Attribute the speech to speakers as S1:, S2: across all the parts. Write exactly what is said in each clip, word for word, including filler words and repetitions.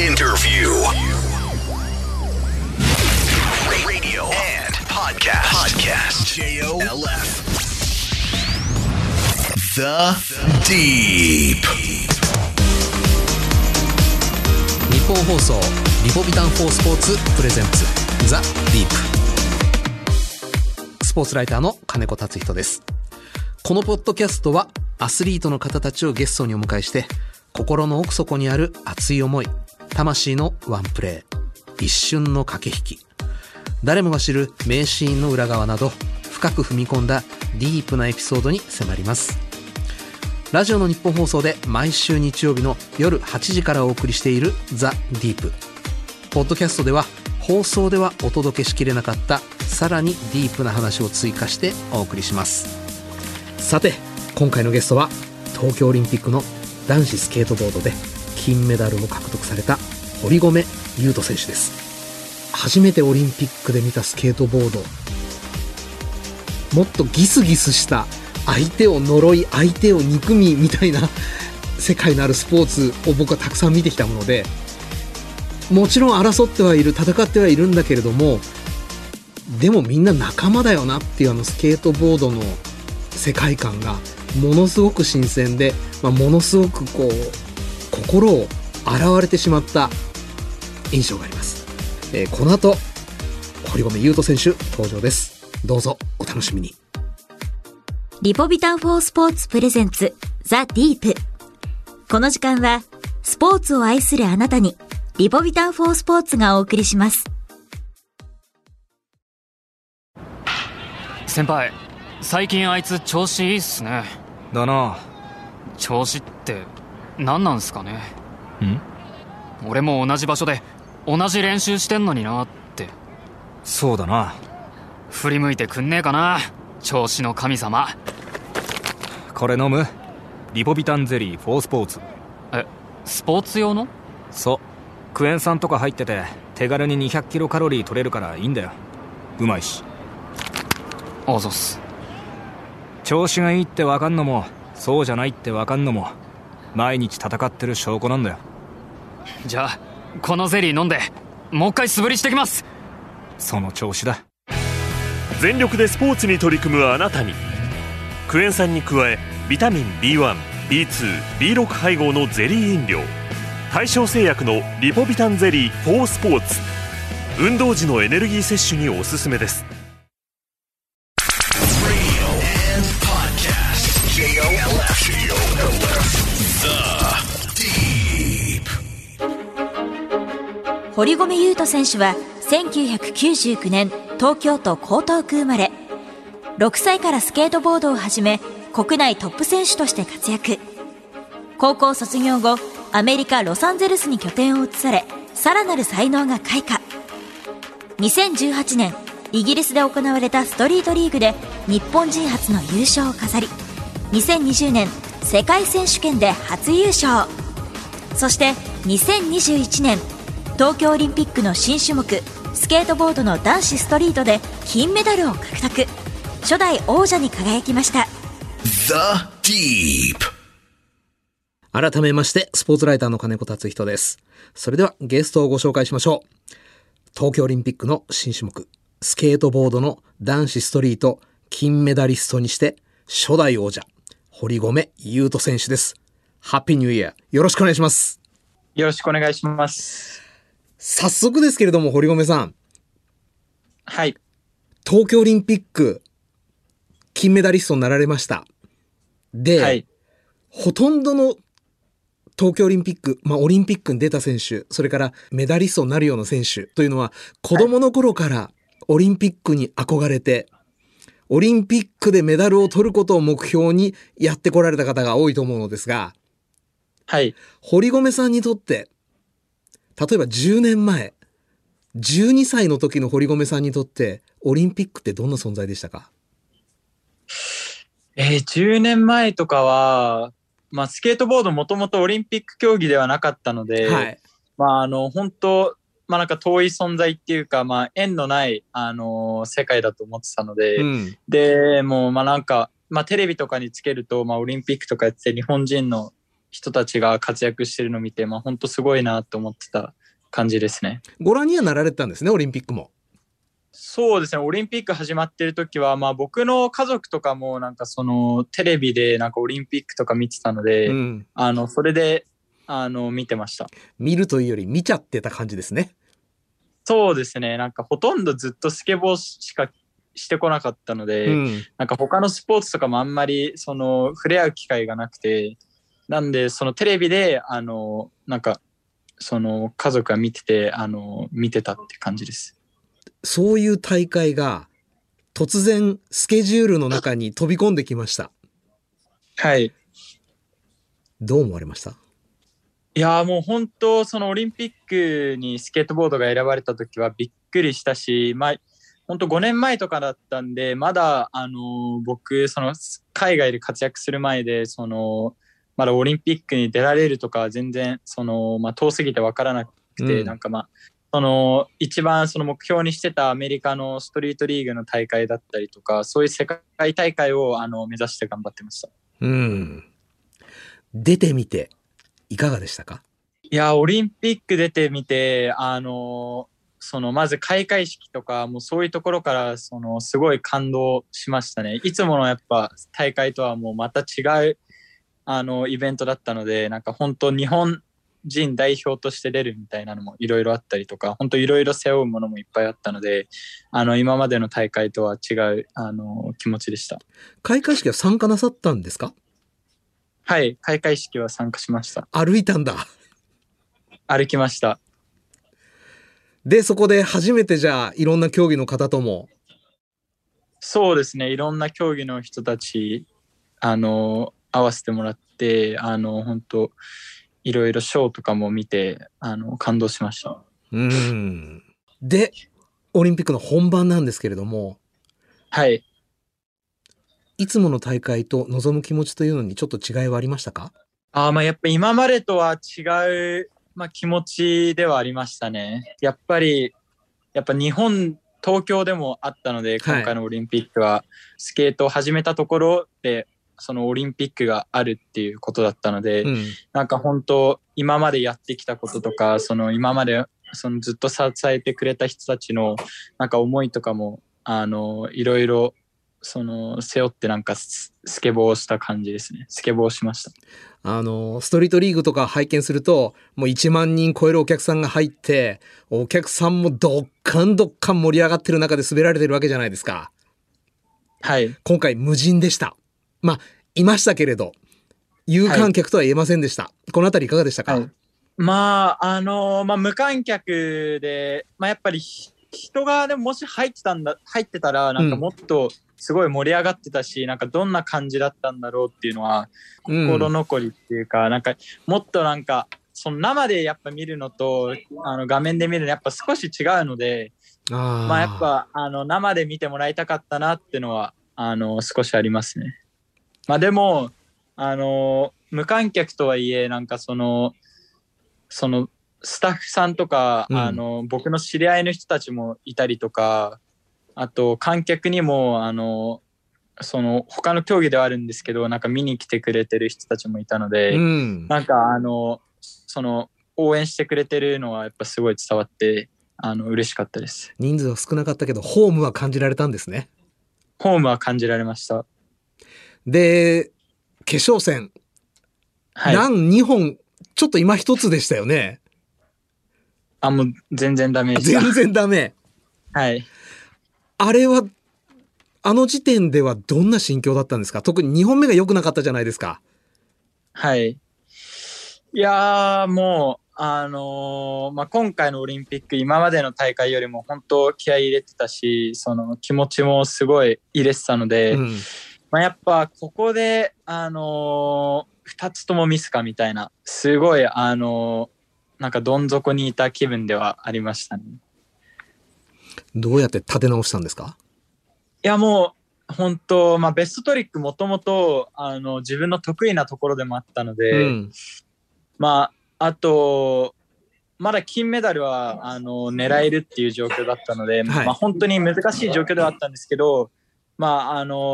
S1: Interview Radio and Podcast Podcast J O L F The Deep
S2: 日本放送リポビタンフォースポーツプレゼンツザ・ディープスポーツライターの金子達人です。このポッドキャストはアスリートの方たちをゲストにお迎えして心の奥底にある熱い思い、魂のワンプレー、一瞬の駆け引き、誰もが知る名シーンの裏側など深く踏み込んだディープなエピソードに迫ります。ラジオの日本放送で毎週日曜日の夜はちじからお送りしているザ・ディープ。ポッドキャストでは放送ではお届けしきれなかったさらにディープな話を追加してお送りします。さて今回のゲストは東京オリンピックの男子スケートボードで金メダルを獲得された堀米雄斗選手です。初めてオリンピックで見たスケートボード、もっとギスギスした相手を呪い相手を憎みみたいな世界のあるスポーツを僕はたくさん見てきたもので、もちろん争ってはいる、戦ってはいるんだけれども、でもみんな仲間だよなっていうあのスケートボードの世界観がものすごく新鮮で、まあ、ものすごくこう心を洗われてしまった印象があります。えー、この後堀米雄斗選手登場です。どうぞお楽しみに。
S3: リポビタンフォースポーツプレゼンツザ・ディープ。この時間はスポーツを愛するあなたにリポビタンフォースポーツがお送りします。
S4: 先輩、最近あいつ調子いいっすね。
S5: だな。
S4: 調子って何なんすかね。
S5: ん？
S4: 俺も同じ場所で同じ練習してんのになって。
S5: そうだな。
S4: 振り向いてくんねえかな、調子の神様。
S5: これ飲む？リポビタンゼリーフォースポーツ。
S4: え、スポーツ用の？
S5: そう、クエン酸とか入ってて手軽ににひゃくキロカロリー取れるからいいんだよ。うまいし。
S4: あざっす。
S5: 調子がいいって分かんのもそうじゃないって分かんのも毎日戦ってる証拠なんだよ。
S4: じゃあこのゼリー飲んでもう一回素振りしてきます。
S5: その調子だ。
S6: 全力でスポーツに取り組むあなたに、クエン酸に加えビタミン ビーワン、ビーツー、ビーろく 配合のゼリー飲料、大正製薬のリポビタンゼリーフォースポーツ。運動時のエネルギー摂取におすすめです。
S3: 堀米雄斗選手はせんきゅうひゃくきゅうじゅうきゅうねん東京都江東区生まれ。ろくさいからスケートボードを始め国内トップ選手として活躍。高校卒業後アメリカ・ロサンゼルスに拠点を移され、さらなる才能が開花。にせんじゅうはちねんイギリスで行われたストリートリーグで日本人初の優勝を飾り、にせんにじゅうねん世界選手権で初優勝。そしてにせんにじゅういちねん東京オリンピックの新種目スケートボードの男子ストリートで金メダルを獲得、初代王者に輝きました。
S1: The Deep。
S2: 改めましてスポーツライターの金子達人です。それではゲストをご紹介しましょう。東京オリンピックの新種目スケートボードの男子ストリート金メダリストにして初代王者堀米雄斗選手です。ハッピーニューイヤー、よろしくお願いします。
S7: よろしくお願いします。
S2: 早速ですけれども堀米さん、
S7: はい、
S2: 東京オリンピック金メダリストになられました。で、はい、ほとんどの東京オリンピック、まあオリンピックに出た選手、それからメダリストになるような選手というのは子供の頃からオリンピックに憧れて、オリンピックでメダルを取ることを目標にやってこられた方が多いと思うのですが、
S7: はい、
S2: 堀米さんにとって例えばじゅうねんまえじゅうにさいの時の堀米さんにとってオリンピックってどんな存在でしたか？
S7: えー、じゅうねんまえとかは、まあ、スケートボードもともとオリンピック競技ではなかったので、はい、まあ、あの本当、まあ、なんか遠い存在っていうか、まあ、縁のない、あのー、世界だと思ってたので、うん、でもうまあなんか、まあ、テレビとかにつけると、まあ、オリンピックとかやってて日本人の人たちが活躍してるのを見て、まあ、本当すごいなと思ってた感じですね。
S2: ご覧にはなられてたんですね、オリンピックも。
S7: そうですね、オリンピック始まってる時は、まあ、僕の家族とかもなんかそのテレビでなんかオリンピックとか見てたので、うん、あのそれであの見てました。
S2: 見るというより見ちゃってた感じですね。
S7: そうですね、なんかほとんどずっとスケボーしかしてこなかったので、うん、なんか他のスポーツとかもあんまりその触れ合う機会がなくて、なんでそのテレビであのなんかその家族が見ててあの見てたって感じです。
S2: そういう大会が突然スケジュールの中に飛び込んできました。
S7: はい。
S2: どう思われました？
S7: いやもう本当そのオリンピックにスケートボードが選ばれた時はびっくりしたし、まあ本当ごねんまえとかだったんで、まだあの僕その海外で活躍する前でそのまだオリンピックに出られるとか全然その、まあ、遠すぎて分からなくて、うん、なんかまあその一番その目標にしてたアメリカのストリートリーグの大会だったりとか、そういう世界大会をあの目指して頑張ってました。
S2: うん。出てみていかがでしたか？
S7: いやオリンピック出てみてあのそのまず開会式とかもうそういうところからそのすごい感動しましたね。いつものやっぱ大会とはもうまた違うあのイベントだったので、なんか本当日本人代表として出るみたいなのもいろいろあったりとか、本当いろいろ背負うものもいっぱいあったので、あの今までの大会とは違うあの気持ちでした。
S2: 開会式は参加なさったんですか？
S7: はい、開会式は参加しました。
S2: 歩いたんだ。
S7: 歩きました。
S2: でそこで初めてじゃあいろんな競技の方とも。
S7: そうですね、いろんな競技の人たちあの会わせてもらって、あの本当いろいろショーとかも見てあの感動しました。
S2: うん。でオリンピックの本番なんですけれども、
S7: はい。
S2: いつもの大会と臨む気持ちというのにちょっと違いはありましたか？
S7: あ、まあやっぱ今までとは違う、まあ、気持ちではありましたね。やっぱりやっぱ日本東京でもあったので、今回のオリンピックはスケートを始めたところでそのオリンピックがあるっていうことだったので、うん、なんか本当今までやってきたこととか、その今までそのずっと支えてくれた人たちのなんか思いとかもあのいろいろその背負ってなんかスケボーをした感じですね。スケボーをしました。
S2: あのストリートリーグとか拝見するともういちまんにん超えるお客さんが入って、お客さんもどっかんどっかん盛り上がってる中で滑られてるわけじゃないですか。
S7: はい。
S2: 今回無人でした。まあいましたけれど有観客とは言えませんでした、はい、このあたりいかがでしたか？はい、
S7: まああのまあ無観客で、まあ、やっぱり人がでももし入ってたんだ入ってたらなんかもっとすごい盛り上がってたし、うん、なんかどんな感じだったんだろうっていうのは心残りっていうか、うん、なんかもっとなんかその生でやっぱ見るのとあの画面で見るのやっぱ少し違うので、あまあやっぱあの生で見てもらいたかったなっていうのはあの少しありますね。まあでもあの無観客とはいえなんかそのそのスタッフさんとか、うん、あの僕の知り合いの人たちもいたりとか、あと観客にもあのその他の競技ではあるんですけどなんか見に来てくれてる人たちもいたので、うん、なんかあのその応援してくれてるのはやっぱすごい伝わってあの嬉しかったです。
S2: 人数は少なかったけどホームは感じられたんですね。
S7: ホームは感じられました。
S2: で決勝戦、はい、何にほんちょっと今一つでしたよね。
S7: あもう全然ダメでした。
S2: 全然ダメ。
S7: はい。
S2: あれはあの時点ではどんな心境だったんですか？特ににほんめが良くなかったじゃないですか。
S7: はい。いやもうあのーまあ、今回のオリンピック今までの大会よりも本当気合い入れてたし、その気持ちもすごい入れてたので、うんまあ、やっぱここであのー、ふたつともミスかみたいなすごいあのーなんかどん底にいた気分ではありましたね。
S2: どうやって立て直したんですか？
S7: いやもう本当、まあ、ベストトリックもともとあの自分の得意なところでもあったので、うん、まああとまだ金メダルはあの狙えるっていう状況だったので、はいまあ、本当に難しい状況ではあったんですけど、まああの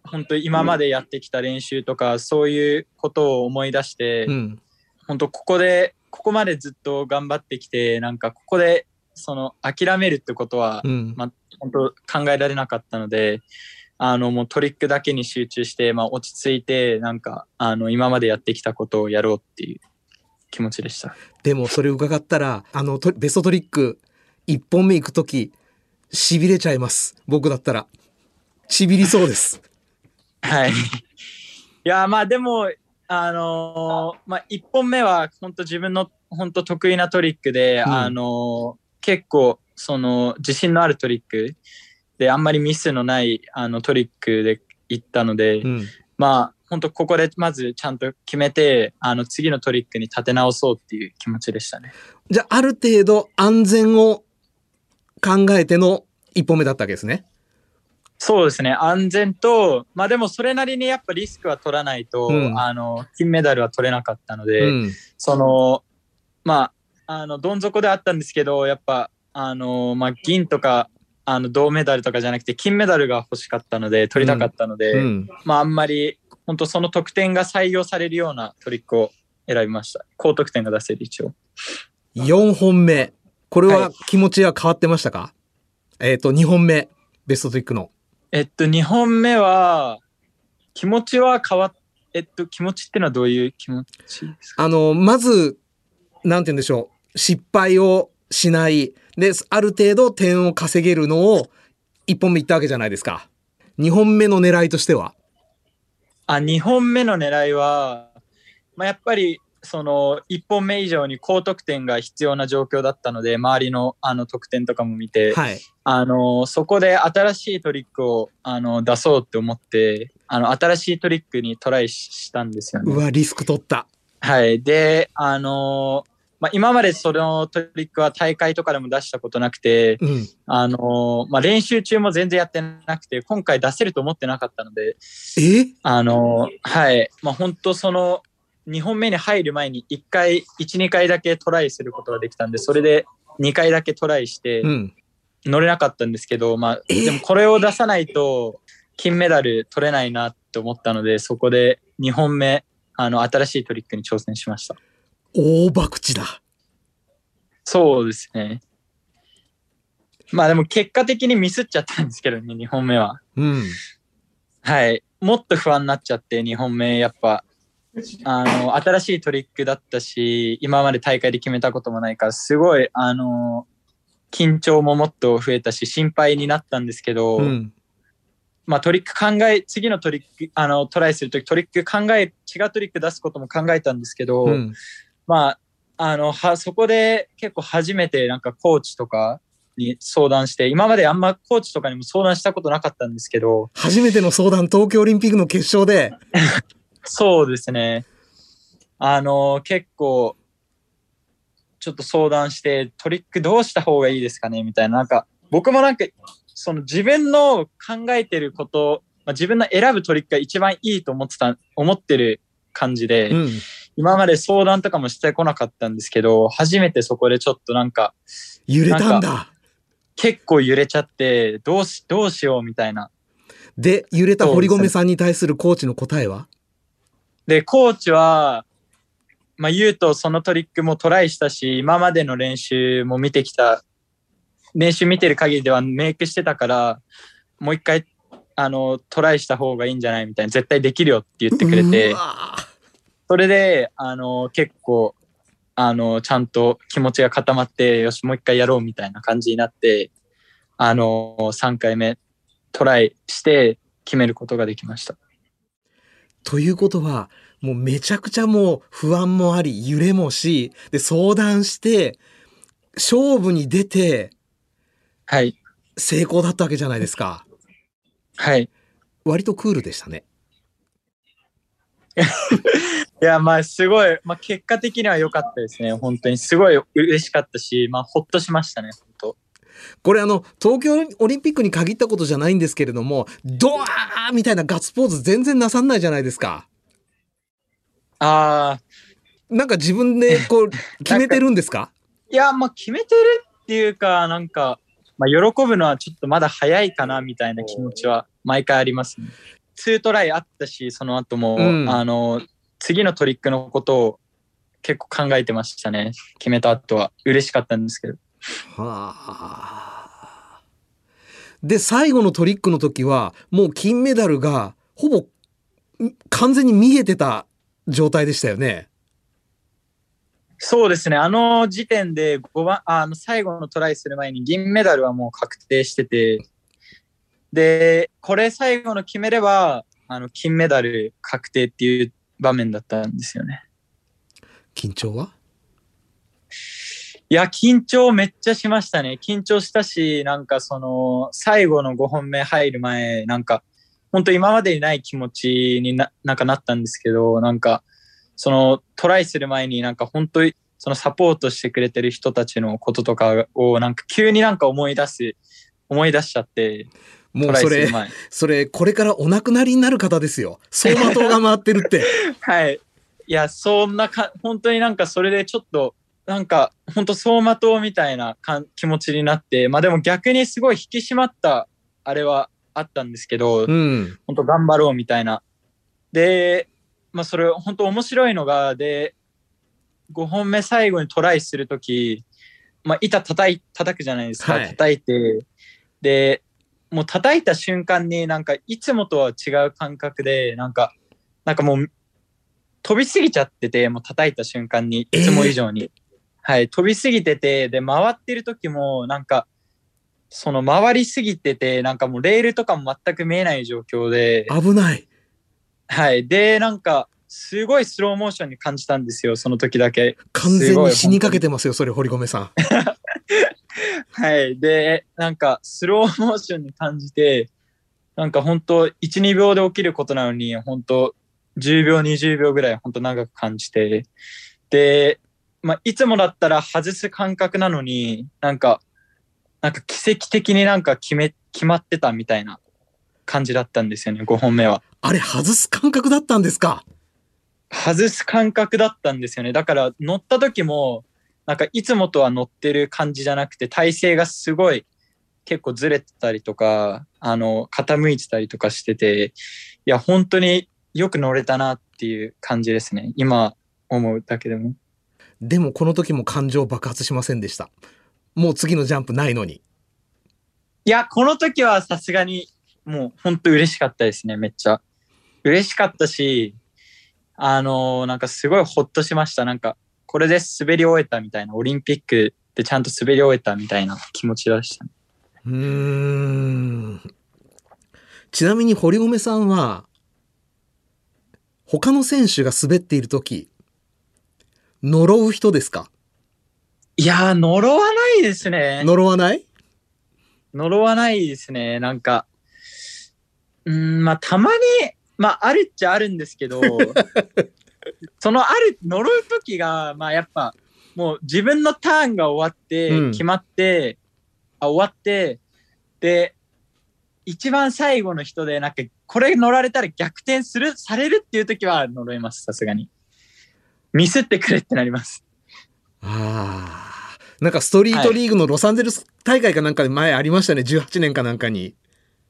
S7: 本当今までやってきた練習とかそういうことを思い出して、うん、本当ここでここまでずっと頑張ってきてなんかここでその諦めるってことは、うん、まあ、本当考えられなかったのであのもうトリックだけに集中して、まあ、落ち着いてなんかあの今までやってきたことをやろうっていう気持ちでした。
S2: でもそれを伺ったらあのベストトリックいっぽんめ行くときしびれちゃいます。僕だったらしびりそうです
S7: はいいやまあでもあのー、まあいっぽんめは本当自分の本当得意なトリックで、うん、あのー、結構その自信のあるトリックであんまりミスのないあのトリックでいったので、うん、まあ本当ここでまずちゃんと決めてあの次のトリックに立て直そうっていう気持ちでしたね。
S2: じゃあある程度安全を考えてのいっぽんめだったわけですね。
S7: そうですね、安全と、まあでもそれなりにやっぱリスクは取らないと、うん、あの金メダルは取れなかったので、うん、そのまああのどん底であったんですけど、やっぱあの、まあ、銀とかあの銅メダルとかじゃなくて金メダルが欲しかったので取りたかったので、うんうん、まああんまり本当その得点が採用されるようなトリックを選びました。高得点が出せる一応。
S2: よんほんめ、これは気持ちは変わってましたか？はい、えっとにほんめベストトリックの。
S7: えっとにほんめは気持ちは変わっえっと気持ちってのはどういう気持ちですか？
S2: あのまずなんて言うんでしょう、失敗をしないである程度点を稼げるのをいっぽんめいったわけじゃないですか。にほんめの狙いとしては
S7: あにほんめの狙いは、まあ、やっぱりそのいっぽんめ以上に高得点が必要な状況だったので、周りのあの得点とかも見て、はい、あのそこで新しいトリックをあの出そうって思ってあの新しいトリックにトライしたんですよね。
S2: うわリスク取った。
S7: はいであの、まあ、今までそのトリックは大会とかでも出したことなくて、うん、あのまあ、練習中も全然やってなくて今回出せると思ってなかったので
S2: え
S7: あのはいまあ本当そのにほんめに入る前にいっかいいち、にかいだけトライすることができたんで、それでにかいだけトライして乗れなかったんですけど、うん、まあでもこれを出さないと金メダル取れないなって思ったので、そこでにほんめあの新しいトリックに挑戦しました。
S2: 大博打だ。
S7: そうですね。まあでも結果的にミスっちゃったんですけどね、にほんめは、うん、はいもっと不安になっちゃって、にほんめやっぱあの新しいトリックだったし今まで大会で決めたこともないからすごいあの緊張ももっと増えたし心配になったんですけど、うん、まあトリック考え次のトリックあのトライするときトリック考え違うトリック出すことも考えたんですけど、うん、まああのはそこで結構初めてなんかコーチとかに相談して、今まであんまコーチとかにも相談したことなかったんですけど、
S2: 初めての相談東京オリンピックの決勝で
S7: そうですね。あの結構ちょっと相談してトリックどうした方がいいですかねみたいな、なんか僕もなんかその自分の考えてること、まあ、自分の選ぶトリックが一番いいと思ってた思ってる感じで、うん、今まで相談とかもしてこなかったんですけど、初めてそこでちょっとなんか
S2: 揺れたんだ。
S7: 結構揺れちゃってどうしどうしようみたいな。
S2: で揺れた堀米さんに対するコーチの答えは？
S7: でコーチは、まあ、言うとそのトリックもトライしたし今までの練習も見てきた練習見てる限りではメイクしてたからもう一回あのトライした方がいいんじゃないみたいな、絶対できるよって言ってくれて、それであの結構あのちゃんと気持ちが固まってよしもう一回やろうみたいな感じになってあのさんかいめトライして決めることができました。
S2: ということはもうめちゃくちゃもう不安もあり揺れもしで相談して勝負に出て
S7: はい
S2: 成功だったわけじゃないですか。
S7: はい
S2: 割とクールでしたね。
S7: いやまあすごい、まあ、結果的には良かったですね。本当にすごい嬉しかったし、まあ、ほっとしましたね本当。
S2: これあの東京オリンピックに限ったことじゃないんですけれどもドワーみたいなガッツポーズ全然なさんないじゃないですか。
S7: あ
S2: ーなんか自分でこう決めてるんですか？
S7: いやまあ決めてるっていうかなんか、まあ、喜ぶのはちょっとまだ早いかなみたいな気持ちは毎回ありますね。 にトライあったし、その後も、
S2: うん、
S7: あの、次のトリックのことを結構考えてましたね。決めた後は。嬉しかったんですけど。
S2: はあ。で、最後のトリックの時は、もう金メダルがほぼ完全に見えてた状態でしたよね。
S7: そうですね。あの時点でごばん、あの最後のトライする前に銀メダルはもう確定してて、で、これ最後の決めれば、あの金メダル確定っていう場面だったんですよね。
S2: 緊張は？
S7: いや、緊張めっちゃしましたね。緊張したし、なんかその、最後のごほんめ入る前、なんか、本当今までにない気持ちにな、なんかなったんですけど、なんか、そのトライする前になんか本当にそのサポートしてくれてる人たちのこととかをなんか急になんか思い出す、思い出しちゃって、
S2: もうそれ、それこれからお亡くなりになる方ですよ。走馬灯が回ってるって。
S7: はい。いや、そんなか、本当になんかそれでちょっと、なんか本当走馬灯みたいなかん気持ちになって、まあでも逆にすごい引き締まったあれはあったんですけど、うん、本当頑張ろうみたいな。で、まあそれ本当面白いのが、で、ごほんめ最後にトライするとき、まあ板叩い、叩くじゃないですか。はい、叩いて、で、もう叩いた瞬間になんかいつもとは違う感覚で、なんか、なんかもう飛びすぎちゃってて、もう叩いた瞬間に、いつも以上に。えー、はい、飛びすぎてて、で、回ってる時もなんか、その回りすぎてて、なんかもうレールとかも全く見えない状況で。
S2: 危ない。
S7: はい。で、なんか、すごいスローモーションに感じたんですよ、その時だけ。
S2: 完全に死にかけてますよ、それ、堀米さん。
S7: はい。で、なんか、スローモーションに感じて、なんか本当いち、にびょうで起きることなのに、本当じゅうびょう、にじゅうびょうぐらい本当長く感じて、で、まあ、いつもだったら外す感覚なのに、なんか、なんか奇跡的になんか決め、決まってたみたいな感じだったんですよね、ごほんめは。
S2: あれ、外す感覚だったんですか？
S7: 外す感覚だったんですよね。だから乗った時も、なんかいつもとは乗ってる感じじゃなくて、体勢がすごい結構ずれてたりとか、あの、傾いてたりとかしてて、いや、本当によく乗れたなっていう感じですね。今思うだけでも。
S2: でもこの時も感情爆発しませんでした？もう次のジャンプないのに。
S7: いや、この時はさすがにもう本当嬉しかったですね、めっちゃ。嬉しかったし、あのー、なんかすごいホッとしました。なんか、これで滑り終えたみたいな、オリンピックでちゃんと滑り終えたみたいな気持ちでしたね。
S2: うーん。ちなみに堀米さんは、他の選手が滑っている時、呪う人ですか？
S7: いやー、呪わないですね。
S2: 呪わない？
S7: 呪わないですね。なんか、うーん、まあ、たまに、まあ、あるっちゃあるんですけど、そのある、呪う時が、まあ、やっぱ、もう自分のターンが終わって、うん、決まって、あ、終わって、で、一番最後の人で、なんか、これ乗られたら逆転する、されるっていう時は呪います、さすがに。ミスってくれってなります。
S2: ああ、なんかストリートリーグのロサンゼルス大会かなんかで前ありましたね、じゅうはちねんかなんかに。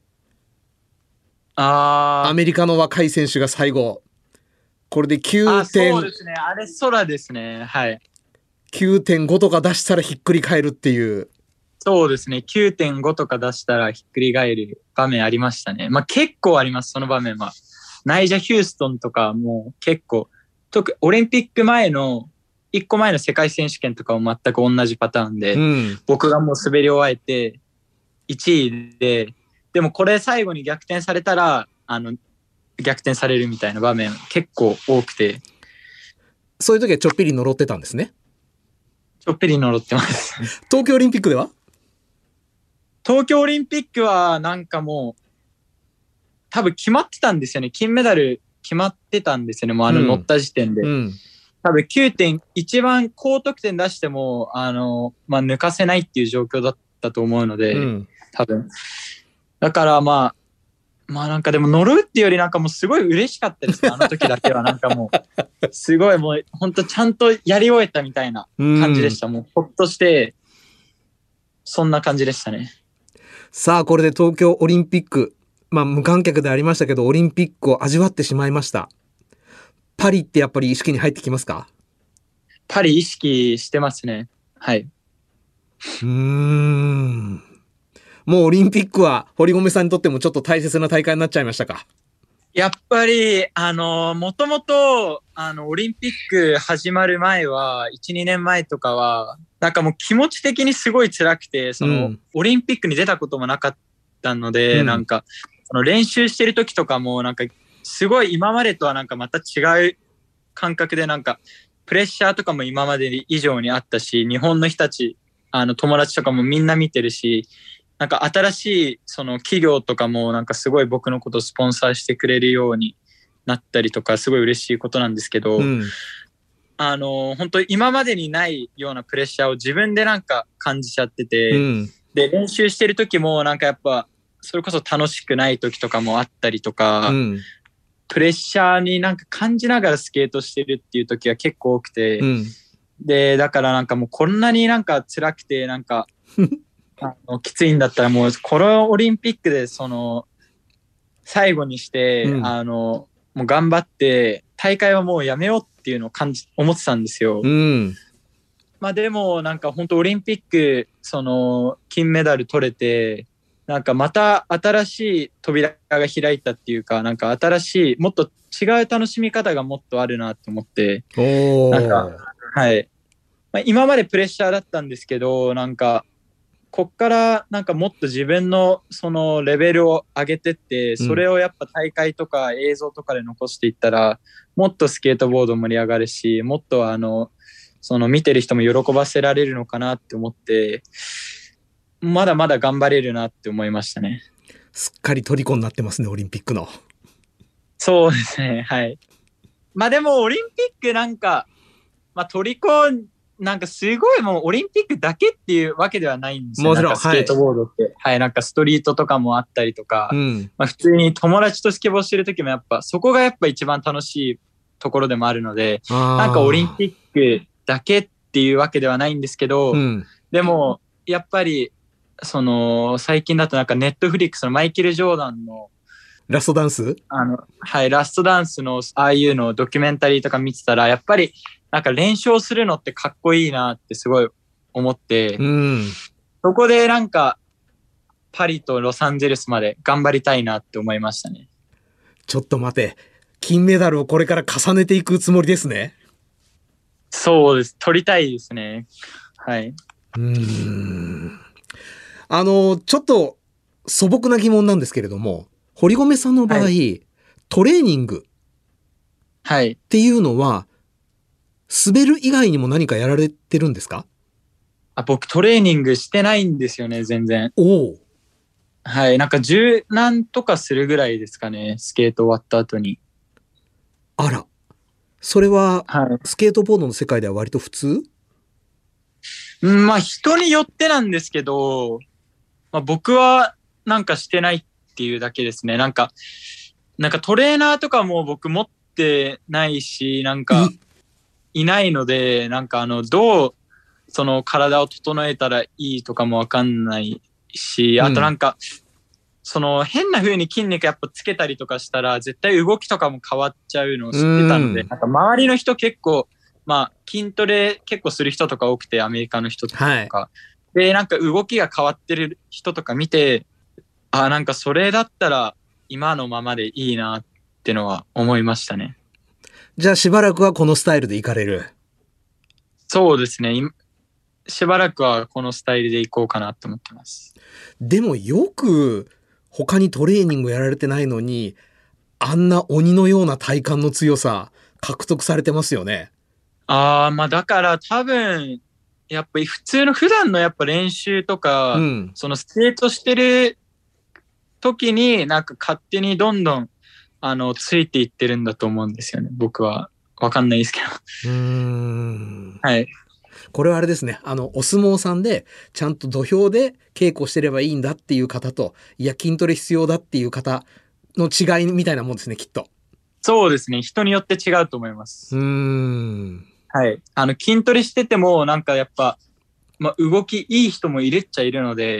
S7: ああ。
S2: アメリカの若い選手が最後、これできゅうてん、
S7: そうですね、あれ空ですね、はい。
S2: きゅうてんご とか出したらひっくり返るっていう。
S7: そうですね、きゅうてんご とか出したらひっくり返る場面ありましたね。まあ結構あります、その場面は。ナイジャ・ヒューストンとかも結構、特オリンピック前の、いっこまえの世界選手権とかも全く同じパターンで、うん、僕がもう滑り終えていちいで、でもこれ最後に逆転されたら、あの、逆転されるみたいな場面結構多くて。
S2: そういう時はちょっぴり呪ってたんですね。
S7: ちょっぴり呪ってます。
S2: 東京オリンピックでは？
S7: 東京オリンピックはなんかもう、多分決まってたんですよね。金メダル決まってたんですよね。もうあの乗った時点で。うんうん、多分きゅうてん、一番高得点出しても、あの、まあ、抜かせないっていう状況だったと思うので、うん、多分。だからまあ、まあなんかでも呪うっていうよりなんかもうすごい嬉しかったですね。あの時だけはなんかもう、すごいもう本当ちゃんとやり終えたみたいな感じでした。うん、もうほっとして、そんな感じでしたね。
S2: さあこれで東京オリンピックまあ無観客でありましたけど、オリンピックを味わってしまいました。パリってやっぱり意識に入ってきますか？
S7: パリ意識してますね。はい。
S2: うーん。もうオリンピックは堀米さんにとってもちょっと大切な大会になっちゃいましたか？
S7: やっぱり、あの、もともと、あの、オリンピック始まる前は、いち、にねんまえとかは、なんかもう気持ち的にすごい辛くて、その、うん、オリンピックに出たこともなかったので、うん、なんか、その練習してる時とかも、なんか、すごい今までとはなんかまた違う感覚で、なんか、プレッシャーとかも今まで以上にあったし、日本の人たち、あの、友達とかもみんな見てるし、なんか新しいその企業とかもなんかすごい僕のことをスポンサーしてくれるようになったりとかすごい嬉しいことなんですけど、うん、あの本当今までにないようなプレッシャーを自分でなんか感じちゃってて、うん、で練習してる時もなんかやっぱそれこそ楽しくない時とかもあったりとか、うん、プレッシャーになんか感じながらスケートしてるっていう時は結構多くて、うん、でだからなんかもうこんなになんか辛くてなんかあのきついんだったらもうこのオリンピックでその最後にして、うん、あのもう頑張って大会はもうやめようっていうのを感じ思ってたんですよ、うん、まあでもなんか本当オリンピックその金メダル取れてなんかまた新しい扉が開いたっていうかなんか新しいもっと違う楽しみ方がもっとあるなと思ってなんかはい、まあ、今までプレッシャーだったんですけどなんかこっからなんかもっと自分のそのレベルを上げてってそれをやっぱ大会とか映像とかで残していったらもっとスケートボード盛り上がるしもっとあのその見てる人も喜ばせられるのかなって思ってまだまだ頑張れるなって思いましたね。
S2: すっかり虜になってますねオリンピックの。
S7: そうですねはいまあでもオリンピックなんかまあ虜なんかすごいもうオリンピックだけっていうわけではないんですよ。もちろんなんかスケートボードって、はい、はい、なんかストリートとかもあったりとか、うん、まあ、普通に友達とスケボーしてる時もやっぱそこがやっぱ一番楽しいところでもあるので、なんかオリンピックだけっていうわけではないんですけど、うん、でもやっぱりその最近だとなんかネットフリックスのマイケル・ジョーダンの
S2: ラストダンス
S7: あのはいラストダンスのああいうのドキュメンタリーとか見てたらやっぱりなんか練習するのってかっこいいなってすごい思って、うん、そこでなんかパリとロサンゼルスまで頑張りたいなって思いましたね。
S2: ちょっと待て、金メダルをこれから重ねていくつもりですね。
S7: そうです、取りたいですね。はい。
S2: うーん。あのちょっと素朴な疑問なんですけれども、堀米さんの場合、はい、トレーニングっていうのは、はい滑る以外にも何かやられてるんですか？
S7: あ、僕トレーニングしてないんですよね、全然。
S2: おお。
S7: はい、なんか柔軟とかするぐらいですかね、スケート終わった後に。
S2: あら、それは、はい、スケートボードの世界では割と普通？
S7: うん、まあ人によってなんですけど、まあ、僕はなんかしてないっていうだけですね。なんか、なんかトレーナーとかも僕持ってないし、なんか、いないので、なんかあの、どう、その体を整えたらいいとかもわかんないし、あとなんか、うん、その変な風に筋肉やっぱつけたりとかしたら、絶対動きとかも変わっちゃうのを知ってたので、うん、なんか周りの人結構、まあ筋トレ結構する人とか多くて、アメリカの人とか。はい、で、なんか動きが変わってる人とか見て、あ、なんかそれだったら今のままでいいなってのは思いましたね。
S2: じゃあしばらくはこのスタイルで行かれる？
S7: そうですね。しばらくはこのスタイルで行こうかなと思ってます。
S2: でもよく他にトレーニングやられてないのに、あんな鬼のような体幹の強さ獲得されてますよね。
S7: ああ、まあだから多分、やっぱり普通の普段のやっぱ練習とか、うん、そのスケートしてる時になんか勝手にどんどんあの、ついていってるんだと思うんですよね。僕は。わかんないですけど。うーん。はい。
S2: これはあれですね。あの、お相撲さんで、ちゃんと土俵で稽古してればいいんだっていう方と、いや、筋トレ必要だっていう方の違いみたいなもんですね、きっと。
S7: そうですね。人によって違うと思います。うーん。はい。あの、筋トレしてても、なんかやっぱ、まあ、動きいい人もいるっちゃいるので、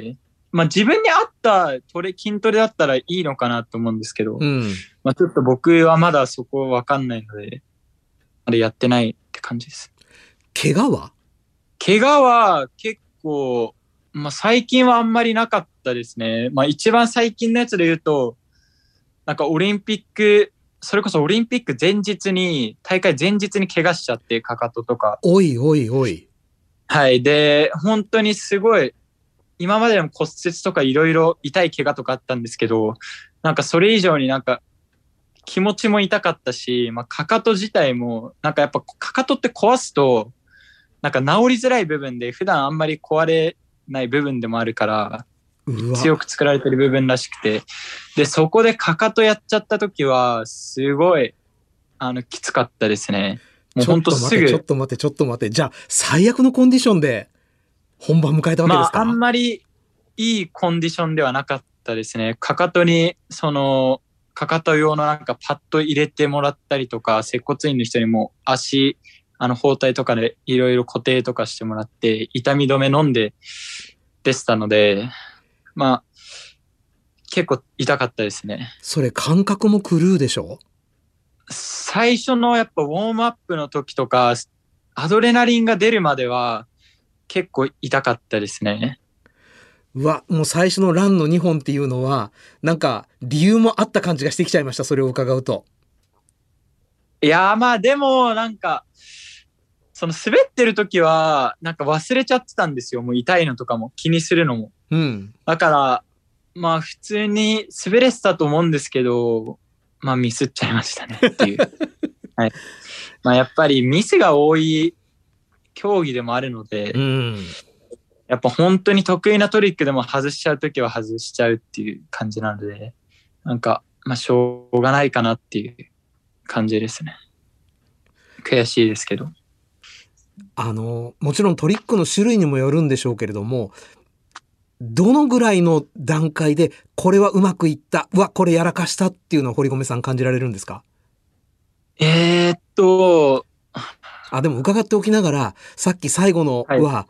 S7: まあ自分に合ったトレ筋トレだったらいいのかなと思うんですけど、
S2: うん、
S7: まあちょっと僕はまだそこわかんないので、まだやってないって感じです。
S2: 怪我は
S7: 怪我は結構、まあ最近はあんまりなかったですね。まあ一番最近のやつで言うと、なんかオリンピック、それこそオリンピック前日に、大会前日に怪我しちゃって、かかととか。
S2: おいおいおい。
S7: はい。で、本当にすごい、今までも骨折とかいろいろ痛い怪我とかあったんですけど、なんかそれ以上になんか気持ちも痛かったし、まあ、かかと自体も、なんかやっぱかかとって壊すと、なんか治りづらい部分で、普段あんまり壊れない部分でもあるから、強く作られてる部分らしくて、で、そこでかかとやっちゃった時は、すごい、あの、きつかったですね。もうほんとすぐ。
S2: ちょっと待って、ちょっと待って、ちょっと待って。じゃあ、最悪のコンディションで本番迎えたわけですか？
S7: まあ、あんまりいいコンディションではなかったですね。かかとに、その、かかと用のなんかパッド入れてもらったりとか、接骨院の人にも足、あの、包帯とかでいろいろ固定とかしてもらって、痛み止め飲んででしたので、まあ、結構痛かったですね。
S2: それ感覚も狂うでしょ？
S7: 最初のやっぱウォームアップの時とか、アドレナリンが出るまでは結構痛かったですね。
S2: うわ、もう最初のランのにほんっていうのは、なんか理由もあった感じがしてきちゃいました、それを伺うと。
S7: いやーまあでもなんか、その滑ってる時はなんか忘れちゃってたんですよ。もう痛いのとかも気にするのも。
S2: うん。
S7: だから、まあ普通に滑れてたと思うんですけど、まあミスっちゃいましたねっていう。はい。まあやっぱりミスが多い競技でもあるので、
S2: うん、
S7: やっぱ本当に得意なトリックでも外しちゃうときは外しちゃうっていう感じなので、なんか、まあしょうがないかなっていう感じですね。悔しいですけど。
S2: あの、もちろんトリックの種類にもよるんでしょうけれども、どのぐらいの段階でこれはうまくいった、うわ、これやらかしたっていうのを堀米さん感じられるんですか？
S7: えーっと、
S2: あ、でも伺っておきながら、さっき最後のは、はい、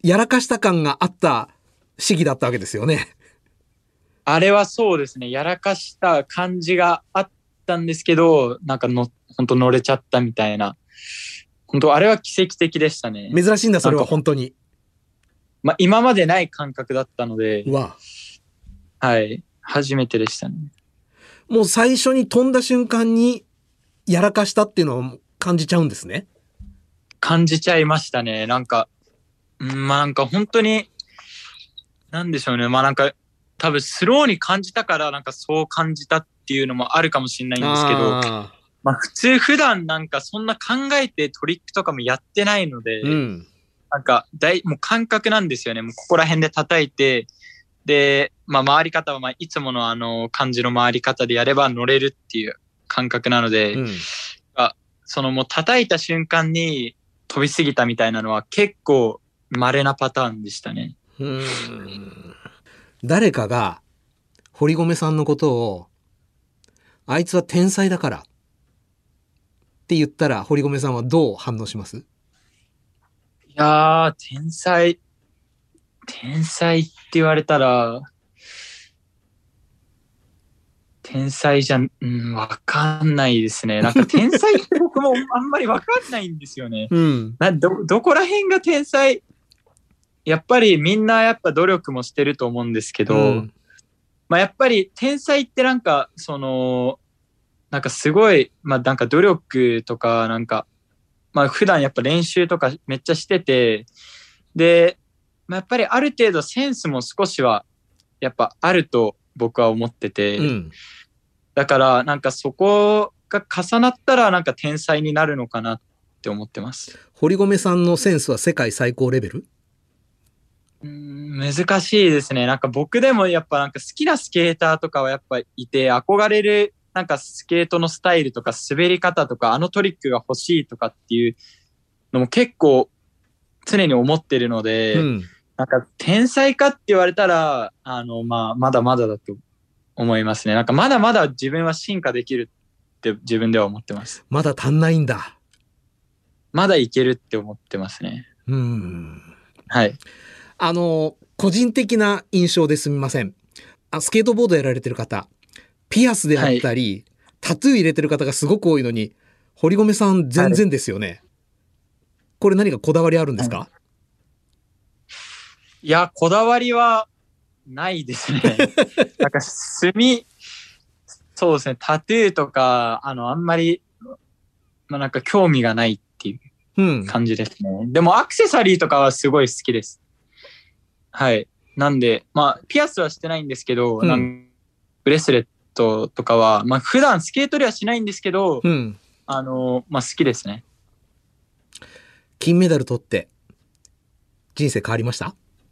S2: やらかした感があった試技だったわけですよね。
S7: あれはそうですね。やらかした感じがあったんですけど、なんかの、本当乗れちゃったみたいな。本当あれは奇跡的でしたね。
S2: 珍しいんだ、それは本当に。
S7: まあ、今までない感覚だったので、
S2: わ
S7: はい、初めてでしたね。
S2: もう最初に飛んだ瞬間にやらかしたっていうのを感じちゃうんですね。
S7: 感じちゃいましたね。なんか、うん、まあなんか本当に、なんでしょうね。まあなんか、多分スローに感じたからなんかそう感じたっていうのもあるかもしれないんですけど、あまあ普通普段なんかそんな考えてトリックとかもやってないので、うん、なんか大もう感覚なんですよね。もうここら辺で叩いて、で、まあ回り方はまあいつものあの感じの回り方でやれば乗れるっていう感覚なので、うん、あそのもう叩いた瞬間に飛びすぎたみたいなのは結構稀なパターンでしたね。
S2: うーん、誰かが堀米さんのことをあいつは天才だからって言ったら堀米さんはどう反応します？
S7: いやー、天才、天才って言われたら、天才じゃん、うん、わかんないですね。なんか天才って僕もあんまりわかんないんですよね。うん、など、どこら辺が天才？やっぱりみんなやっぱ努力もしてると思うんですけど、うん、まあやっぱり天才ってなんか、その、なんかすごい、まあなんか努力とかなんか、まあ普段やっぱ練習とかめっちゃしてて、で、まあ、やっぱりある程度センスも少しはやっぱあると僕は思ってて、うん、だからなんかそこが重なったらなんか天才になるのかなって思ってます。
S2: 堀米さんのセンスは世界最高レベル？
S7: うーん、難しいですね。なんか僕でもやっぱなんか好きなスケーターとかはやっぱいて、憧れるなんかスケートのスタイルとか滑り方とかあのトリックが欲しいとかっていうのも結構常に思ってるので、うん、なんか天才かって言われたら、あの、まあ、まだまだだと思いますね。なんかまだまだ自分は進化できるって自分では思ってます。
S2: まだ足んないんだ。
S7: まだいけるって思ってますね。
S2: うん。
S7: はい。
S2: あの、個人的な印象ですみません。あ、スケートボードやられてる方、ピアスであったり、はい、タトゥー入れてる方がすごく多いのに、堀米さん全然ですよね。はい、これ何かこだわりあるんですか？はい、
S7: いや、こだわりはないですね。なんか墨、そうですね、タトゥーとか、あの、あんまり、まあ、なんか興味がないっていう感じですね。うん、でもアクセサリーとかはすごい好きです。はい。なんで、まあ、ピアスはしてないんですけど、うん、なんブレスレットとかは、まあ、普段スケートではしないんですけど、うん、あの、まあ、好きですね。
S2: 金メダル取って、人生変わりました？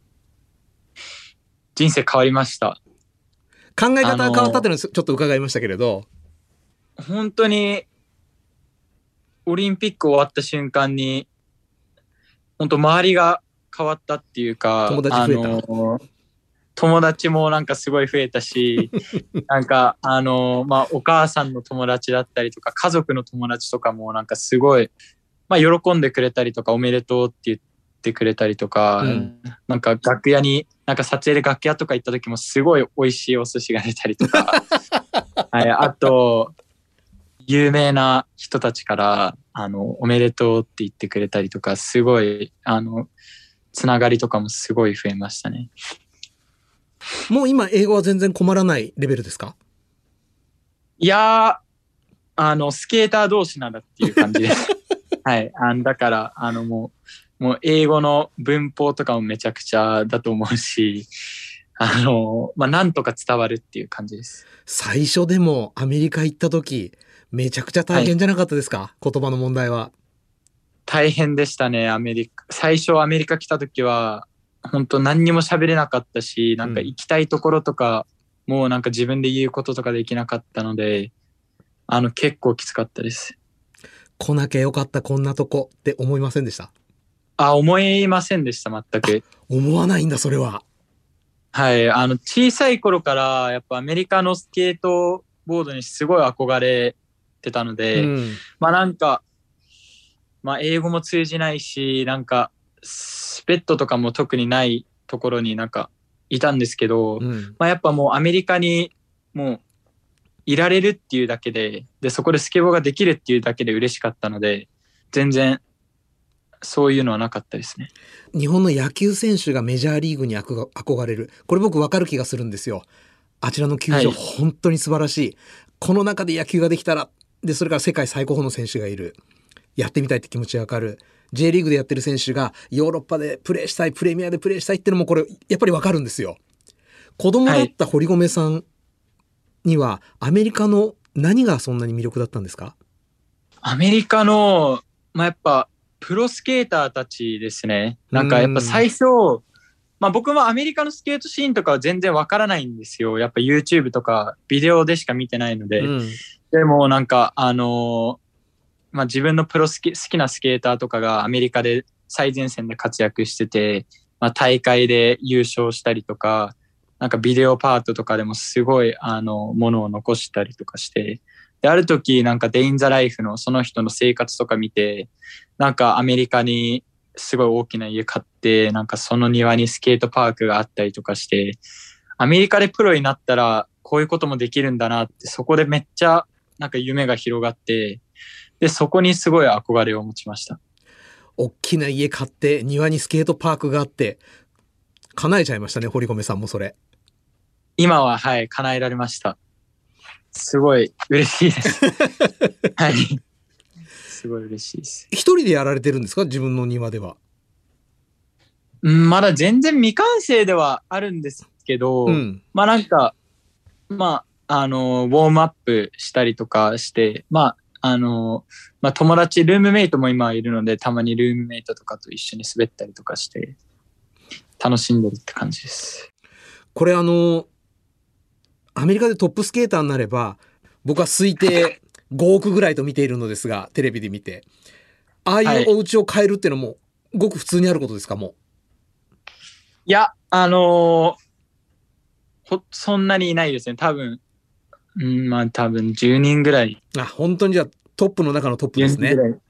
S7: 人生変わりました。
S2: 考え方が変わったっていうのはちょっと伺いましたけれど。
S7: 本当に、オリンピック終わった瞬間に、本当周りが変わったっていうか、
S2: 友達増えた。
S7: あの友達もなんかすごい増えたし、なんかあのまあお母さんの友達だったりとか、家族の友達とかもなんかすごい、まあ喜んでくれたりとか、おめでとうって言ってくれたりとか、うん、なんか楽屋に、なんか撮影で楽屋とか行った時もすごい美味しいお寿司が出たりとか、はい、あと、有名な人たちから、あの、おめでとうって言ってくれたりとか、すごい、あの、つながりとかもすごい増えましたね。
S2: もう今、英語は全然困らないレベルですか？
S7: いやー、あの、スケーター同士なんだっていう感じです。はい。あのだから、あの、もう、もう英語の文法とかもめちゃくちゃだと思うし、あの、まあ、なんとか伝わるっていう感じです。
S2: 最初でもアメリカ行った時、めちゃくちゃ大変じゃなかったですか？はい、言葉の問題は。
S7: 大変でしたね、アメリカ。最初アメリカ来た時は、本当何にも喋れなかったし、なんか行きたいところとか、うん、もうなんか自分で言うこととかできなかったので、あの結構きつかったです。
S2: 来なきゃよかったこんなとこって思いませんでした？
S7: あ、思いませんでした、全く。
S2: 思わないんだ、それは。
S7: はい、あの小さい頃からやっぱアメリカのスケートボードにすごい憧れてたので、うん、まあなんか、まあ英語も通じないし、なんかスペットとかも特にないところになんかいたんですけど、うん、まあやっぱもうアメリカにもういられるっていうだけで、でそこでスケボーができるっていうだけで嬉しかったので、全然そういうのはなかったですね。
S2: 日本の野球選手がメジャーリーグに憧れる、これ僕分かる気がするんですよ。あちらの球場、はい、本当に素晴らしい。この中で野球ができたら、でそれから世界最高峰の選手がいる、やってみたいって気持ちが分かる。 J リーグでやってる選手がヨーロッパでプレーしたい、プレミアでプレーしたいってのもこれやっぱり分かるんですよ。子供だった堀米さんには、はい、アメリカの何がそんなに魅力だったんですか？
S7: アメリカの、まあ、やっぱプロスケーターたちですね。なんかやっぱ最初、まあ僕もアメリカのスケートシーンとかは全然わからないんですよ。やっぱ YouTube とかビデオでしか見てないので。うん、でもなんかあのー、まあ自分のプロスケ好きなスケーターとかがアメリカで最前線で活躍してて、まあ大会で優勝したりとか、なんかビデオパートとかでもすごいあのものを残したりとかして、である時なんかデインザライフのその人の生活とか見て、なんかアメリカにすごい大きな家買って、なんかその庭にスケートパークがあったりとかして、アメリカでプロになったらこういうこともできるんだなって、そこでめっちゃなんか夢が広がって、でそこにすごい憧れを持ちました。
S2: 大きな家買って庭にスケートパークがあって叶えちゃいましたね、堀米さんもそれ。
S7: 今ははい叶えられました。すごい嬉しいです。はい。すごい嬉しいです。
S2: 一人でやられてるんですか、自分の庭では？
S7: うん、まだ全然未完成ではあるんですけど、うん、まあなんか、まあ、あの、ウォームアップしたりとかして、まあ、あの、まあ友達、ルームメイトも今いるので、たまにルームメイトとかと一緒に滑ったりとかして、楽しんでるって感じです。
S2: これあの、アメリカでトップスケーターになれば、僕は推定ごおくぐらいと見ているのですが、テレビで見て、ああいうお家を買えるっていうのもごく普通にあることですか？もう。
S7: いや、あのー、ほそんなにいないですね。多分、うん、まあ多分じゅうにんぐらい。
S2: あ、本当にじゃあトップの中のトップですね。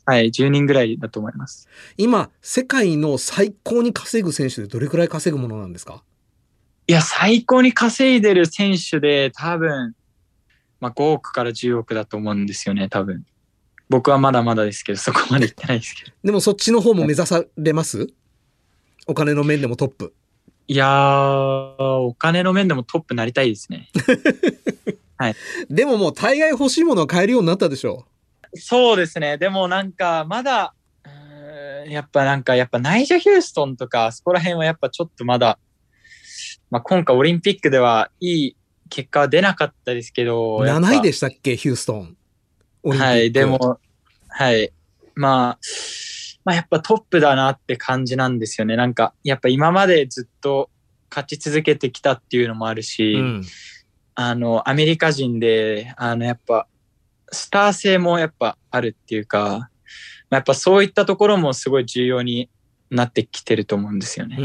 S7: はい、じゅうにんぐらいだと思います。
S2: 今、世界の最高に稼ぐ選手でどれくらい稼ぐものなんですか？
S7: いや、最高に稼いでる選手で多分、まあ、ごおくからじゅうおくだと思うんですよね、多分。僕はまだまだですけど、そこまでいってないですけど。
S2: でもそっちの方も目指されます？お金の面でもトップ。
S7: いやー、お金の面でもトップなりたいですね。はい。
S2: でももう大概欲しいものは買えるようになったでしょ
S7: う。そうですね。でもなんかまだ、うーんやっぱなんかやっぱナイジャ・ヒューストンとかそこら辺はやっぱちょっとまだ、まあ、今回オリンピックではいい結果は出なかったですけど。
S2: なないでしたっけ、ヒューストン。
S7: はい、でも、はい。まあ、まあやっぱトップだなって感じなんですよね。なんか、やっぱ今までずっと勝ち続けてきたっていうのもあるし、うん、あの、アメリカ人で、あの、やっぱ、スター性もやっぱあるっていうか、やっぱそういったところもすごい重要になってきてると思うんですよね。
S2: うん、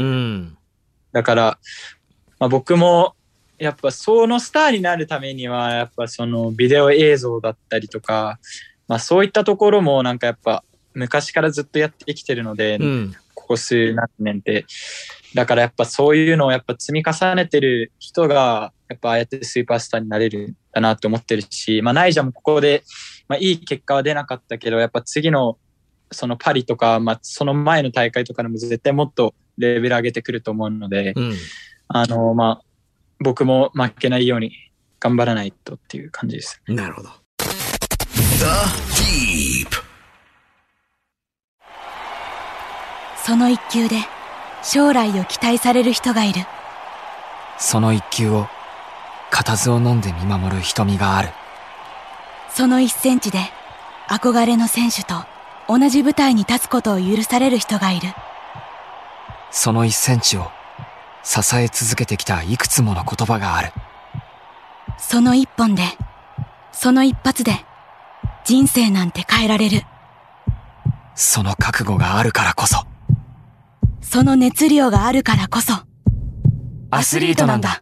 S7: だから、まあ、僕も、やっぱそのスターになるためには、やっぱそのビデオ映像だったりとか、まあそういったところもなんかやっぱ昔からずっとやってきてるので、うん、ここ数何年って。だからやっぱそういうのをやっぱ積み重ねてる人が、やっぱああやってスーパースターになれるんだなって思ってるし、まあナイジャもここで、まあいい結果は出なかったけど、やっぱ次のそのパリとか、まあその前の大会とかでも絶対もっとレベル上げてくると思うので、うん、あの、まあ、僕も負けないように頑張らないとっていう感じです。
S2: なるほど。
S3: その一球で将来を期待される人がいる。
S4: その一球を固唾を飲んで見守る瞳がある。
S3: その一センチで憧れの選手と同じ舞台に立つことを許される人がいる。
S4: その一センチを支え続けてきたいくつもの言葉がある。
S3: その一本で、その一発で人生なんて変えられる。
S4: その覚悟があるからこそ、
S3: その熱量があるからこそ
S4: アスリートなんだ。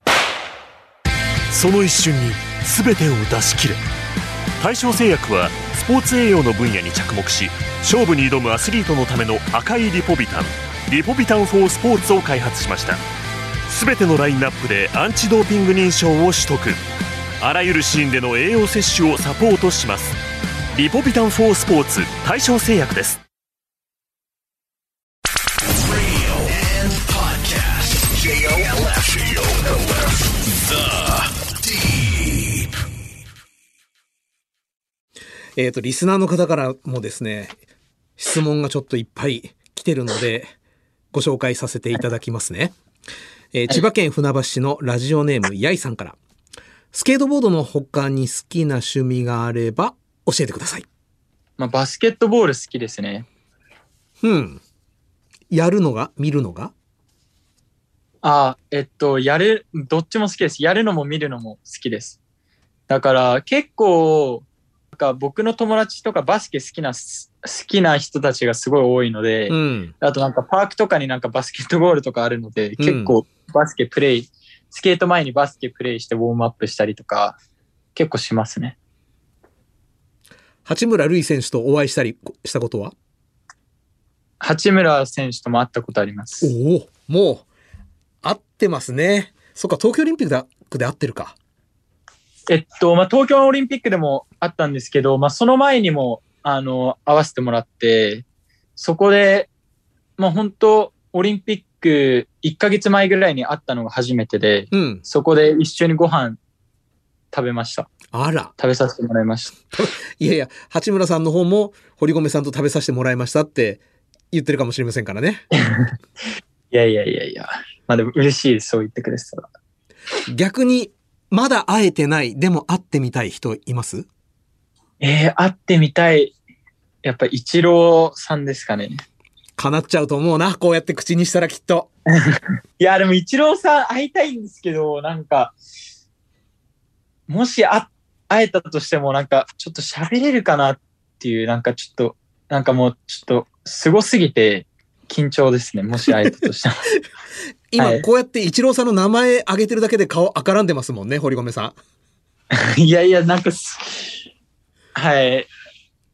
S6: その一瞬に全てを出し切れ。大正製薬はスポーツ栄養の分野に着目し、勝負に挑むアスリートのための赤いリポビタン、リポビタンフォースポーツを開発しました。全てのラインナップでアンチドーピング認証を取得。あらゆるシーンでの栄養摂取をサポートします。リポビタンフォースポーツ、大正製薬です。
S2: えっと、リスナーの方からもですね、質問がちょっといっぱい来てるので、ご紹介させていただきますね。えー、千葉県船橋市のラジオネームやいさんから、スケートボードの他に好きな趣味があれば教えてください。
S7: まあ、バスケットボール好きですね。
S2: うん。やるのが見るのが
S7: ああ、えっと、やる、どっちも好きです。やるのも見るのも好きです。だから結構、なんか僕の友達とかバスケ好きな、好きな人たちがすごい多いので、うん、あとなんかパークとかになんかバスケットボールとかあるので、うん、結構バスケプレイ、スケート前にバスケプレイしてウォームアップしたりとか、結構しますね。
S2: 八村塁選手とお会いしたりしたことは？
S7: 八村選手とも会ったことあります。
S2: おお、もう会ってますね。そっか、東京オリンピックで会ってるか。
S7: えっと、まあ、東京オリンピックでもあったんですけど、まあ、その前にも、あの、会わせてもらって、そこで、まあ、本当オリンピックいっかげつまえぐらいに会ったのが初めてで、うん、そこで一緒にご飯食べました。
S2: あら。
S7: 食べさせてもらいました。
S2: いやいや、八村さんの方も堀米さんと食べさせてもらいましたって言ってるかもしれませんからね。
S7: いやいやいやいや。まあでも嬉しいです、そう言ってくれてたら。
S2: 逆に、まだ会えてない、でも会ってみたい人います？
S7: えー、会ってみたい。やっぱイチローさんですかね。
S2: 叶っちゃうと思うな、こうやって口にしたらきっと。
S7: いや、でもイチローさん会いたいんですけど、なんか、もし会、会えたとしても、なんか、ちょっと喋れるかなっていう、なんかちょっと、なんかもう、ちょっと、すごすぎて、緊張ですね、もし会えたとしても。
S2: 今、はい、こうやってイチローさんの名前挙げてるだけで顔赤らんでますもんね、堀米さ
S7: ん。いやいや、なんか、はい。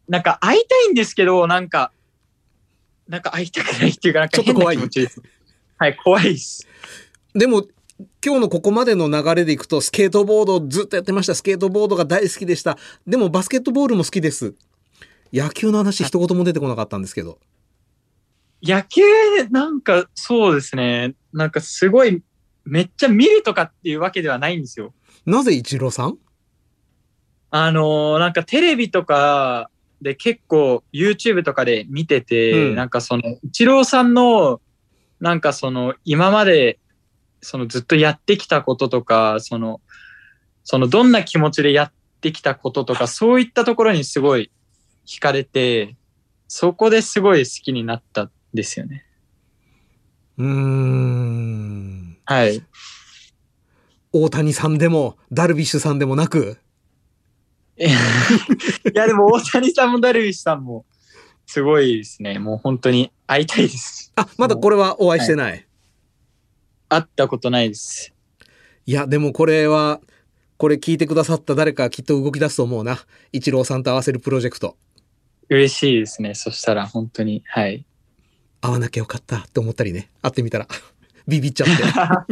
S7: なんか会いたいんですけど、なんか、なんか会いたくないっていうか、なんか変な気持ちです。はい、怖いです。
S2: でも、今日のここまでの流れでいくと、スケートボードずっとやってました。スケートボードが大好きでした。でもバスケットボールも好きです。野球の話一言も出てこなかったんですけど。
S7: 野球、なんかそうですね。なんかすごい、めっちゃ見るとかっていうわけではないんですよ。
S2: なぜイチローさん？
S7: あのー、なんかテレビとかで結構 YouTube とかで見てて、うん、なんかそのイチローさんのなんかその今までそのずっとやってきたこととか、そのそのどんな気持ちでやってきたこととか、そういったところにすごい惹かれて、そこですごい好きになったんですよね。
S2: うーん。
S7: はい。
S2: 大谷さんでもダルビッシュさんでもなく。
S7: いやでも大谷さんもダルビッシュさんもすごいですね。もう本当に会いたいです。
S2: あ、まだこれはお会いしてない。はい、
S7: 会ったことないです。
S2: いやでもこれはこれ聞いてくださった誰かきっと動き出すと思うな。イチローさんと合わせるプロジェクト。
S7: 嬉しいですね。そしたら本当にはい。
S2: 会わなきゃよかったって思ったりね。会ってみたらビビっちゃって。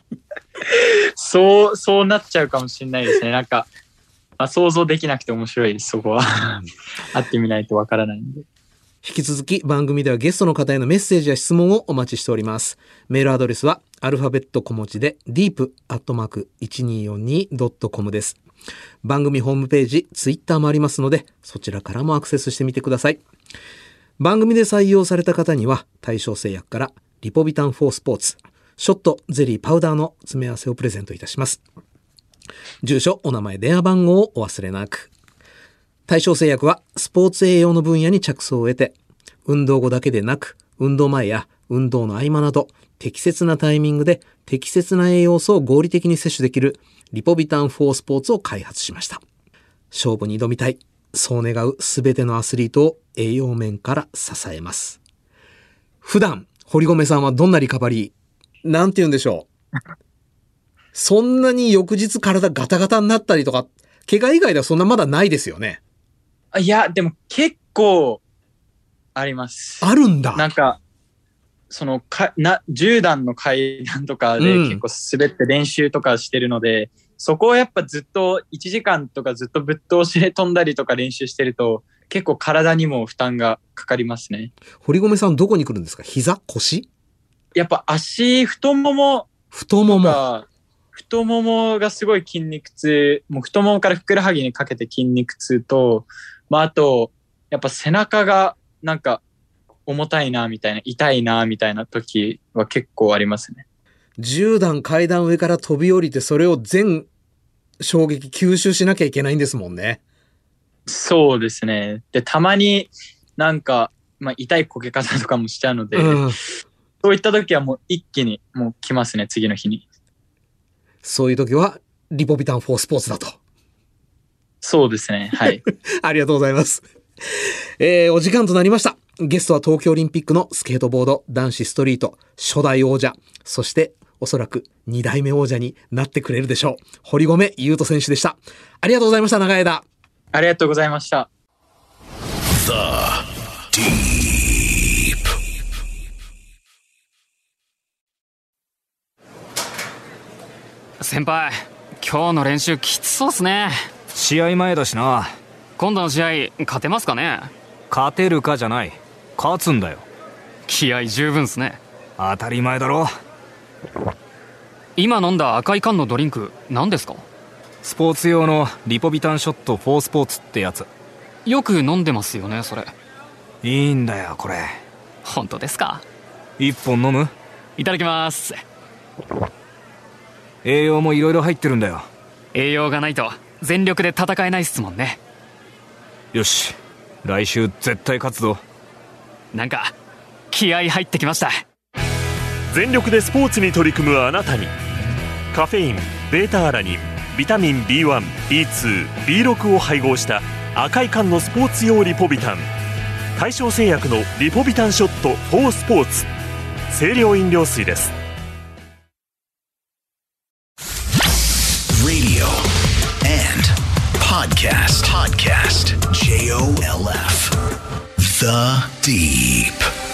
S7: そうそうなっちゃうかもしれないですね。なんか、まあ、想像できなくて面白いです。そこは会ってみないとわからないんで。
S2: 引き続き番組ではゲストの方へのメッセージや質問をお待ちしております。メールアドレスはアルファベット小文字で ディープ アットマーク いちにーよんに ドットコム です。番組ホームページ、ツイッターもありますので、そちらからもアクセスしてみてください。番組で採用された方には大正製薬からリポビタンフォースポーツショットゼリーパウダーの詰め合わせをプレゼントいたします。住所、お名前、電話番号をお忘れなく。大正製薬はスポーツ栄養の分野に着想を得て、運動後だけでなく運動前や運動の合間など適切なタイミングで適切な栄養素を合理的に摂取できるリポビタンフォースポーツを開発しました。勝負に挑みたい、そう願うすべてのアスリートを栄養面から支えます。普段堀米さんはどんなリカバリー、なんて言うんでしょうそんなに翌日体ガタガタになったりとか、怪我以外ではそんなまだないですよね。
S7: いやでも結構あります。
S2: あるんだ。
S7: なんかそのかなじゅう段の階段とかで結構滑って練習とかしてるので、うん、そこをやっぱずっといちじかんとかずっとぶっ通しで飛んだりとか練習してると結構体にも負担がかかりますね。
S2: 堀米さんどこに来るんですか？膝？腰？
S7: やっぱ足、太もも
S2: 太もも
S7: 太ももがすごい筋肉痛、もう太ももからふくらはぎにかけて筋肉痛と、まああとやっぱ背中がなんか重たいなみたいな、痛いなみたいな時は結構ありますね。
S2: じゅう段階段上から飛び降りてそれを全衝撃吸収しなきゃいけないんですもんね。
S7: そうですね。でたまになんか、まあ、痛いこけ方とかもしちゃうので、うん、そういった時はもう一気にもう来ますね、次の日に。
S2: そういう時はリポビタンフォースポーツだと。
S7: そうですね、はい。
S2: ありがとうございます。えー、お時間となりました。ゲストは東京オリンピックのスケートボード男子ストリート初代王者、そしておそらくに代目王者になってくれるでしょう、堀米雄斗選手でした。ありがとうございました。長い間
S7: ありがとうございました。
S1: The Deep。
S4: 先輩、今日の練習きつそうっすね。
S5: 試合前だしな。
S4: 今度の試合勝てますかね？
S5: 勝てるかじゃない、勝つんだよ。
S4: 気合十分っすね。
S5: 当たり前だろ。
S4: 今飲んだ赤い缶のドリンク何ですか？
S5: スポーツ用のリポビタンショットフォースポーツってやつ。
S4: よく飲んでますよね、それ。
S5: いいんだよこれ。
S4: 本当ですか？
S5: 一本飲む？
S4: いただきます。
S5: 栄養もいろいろ入ってるんだよ。
S4: 栄養がないと全力で戦えないっすもんね。
S5: よし、来週絶対勝つぞ。
S4: なんか気合入ってきました。
S6: 全力でスポーツに取り組むあなたに、カフェイン、ベータアラニン、ビタミン ビーワン、ビーツー、ビーシックス を配合した赤い缶のスポーツ用リポビタン。大正製薬のリポビタンショットフォースポーツ、清涼飲料水です。
S1: Radio and Podcast Podcast ジェイオーエル Deep。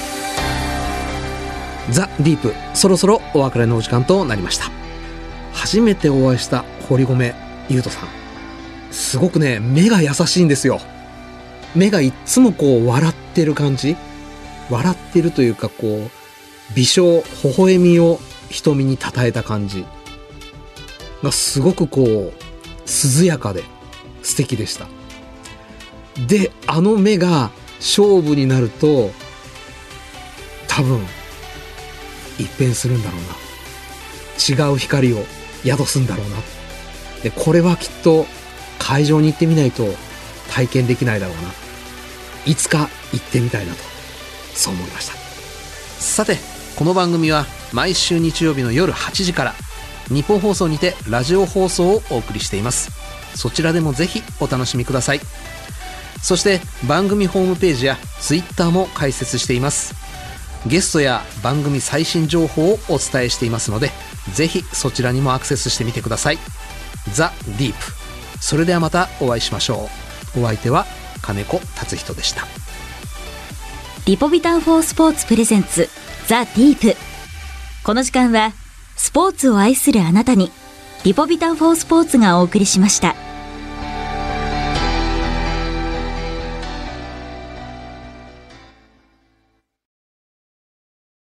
S2: ザ・ディープ、そろそろお別れのお時間となりました。初めてお会いした堀米雄斗さん、すごくね、目が優しいんですよ。目がいっつもこう笑ってる感じ、笑ってるというか、こう微笑、微笑みを瞳にたたえた感じがすごくこう涼やかで素敵でした。で、あの目が勝負になると多分一変するんだろうな、違う光を宿すんだろうな。で、これはきっと会場に行ってみないと体験できないだろうな、いつか行ってみたいなと、そう思いました。さて、この番組は毎週日曜日の夜はちじから日本放送にてラジオ放送をお送りしています。そちらでもぜひお楽しみください。そして番組ホームページやツイッターも開設しています。ゲストや番組最新情報をお伝えしていますので、ぜひそちらにもアクセスしてみてください。ザ・ディープ、それではまたお会いしましょう。お相手は金子達人でした。
S3: リポビタンフォースポーツプレゼンツザ・ディープ。この時間はスポーツを愛するあなたにリポビタンフォースポーツがお送りしました。